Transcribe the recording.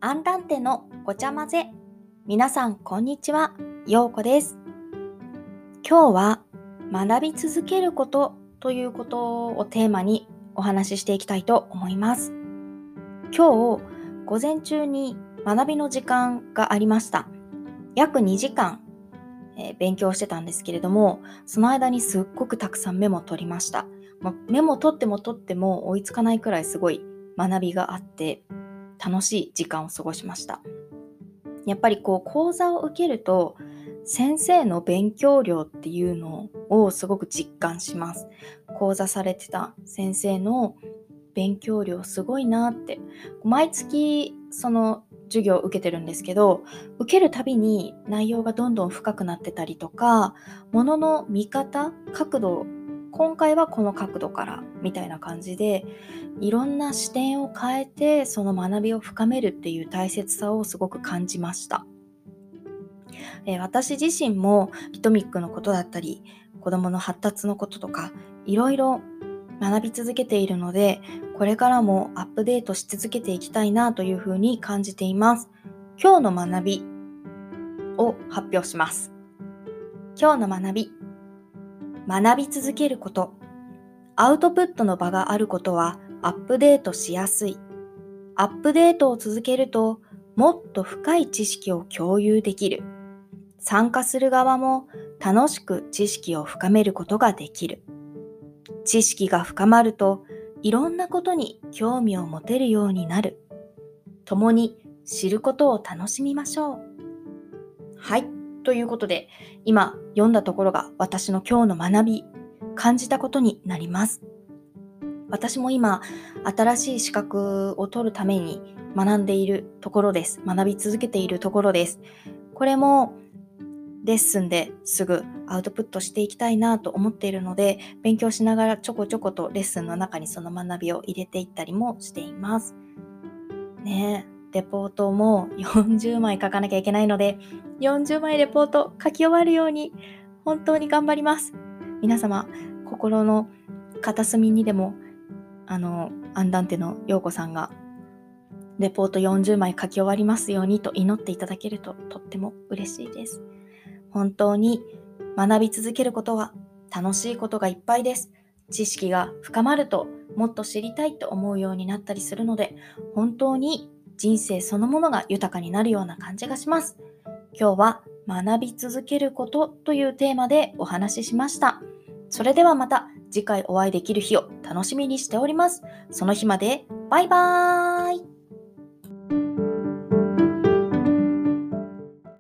アンダンテのごちゃ混ぜ。皆さんこんにちは、ようこです。今日は学び続けることということをテーマにお話ししていきたいと思います。今日午前中に学びの時間がありました。約2時間、勉強してたんですけれども、その間にすっごくたくさんメモを取りました。メモ取っても追いつかないくらいすごい学びがあって楽しい時間を過ごしました。やっぱり講座を受けると先生の勉強量っていうのをすごく実感します。講座されてた先生の勉強量すごいなって、毎月その授業を受けてるんですけど、受けるたびに内容がどんどん深くなってたりとか、ものの見方、角度、今回はこの角度からみたいな感じで、いろんな視点を変えてその学びを深めるっていう大切さをすごく感じました。私自身もリトミックのことだったり、子どもの発達のこととか、いろいろ学び続けているので、これからもアップデートし続けていきたいなというふうに感じています。今日の学びを発表します。今日の学び、学び続けること。アウトプットの場があることはアップデートしやすい。アップデートを続けると、もっと深い知識を共有できる。参加する側も楽しく知識を深めることができる。知識が深まると、いろんなことに興味を持てるようになる。共に知ることを楽しみましょう。はい、ということで、今読んだところが私の今日の学び、感じたことになります。私も今、新しい資格を取るために学んでいるところです。学び続けているところです。これもレッスンですぐアウトプットしていきたいなと思っているので、勉強しながらちょこちょことレッスンの中にその学びを入れていったりもしています。ねえ、レポートも40枚書かなきゃいけないので、40枚レポート書き終わるように本当に頑張ります。皆様、心の片隅にでもアンダンテの陽子さんがレポート40枚書き終わりますようにと祈っていただけるととっても嬉しいです。本当に学び続けることは楽しいことがいっぱいです。知識が深まるともっと知りたいと思うようになったりするので、本当に人生そのものが豊かになるような感じがします。今日は学び続けることというテーマでお話ししました。それではまた次回お会いできる日を楽しみにしております。その日までバイバーイ。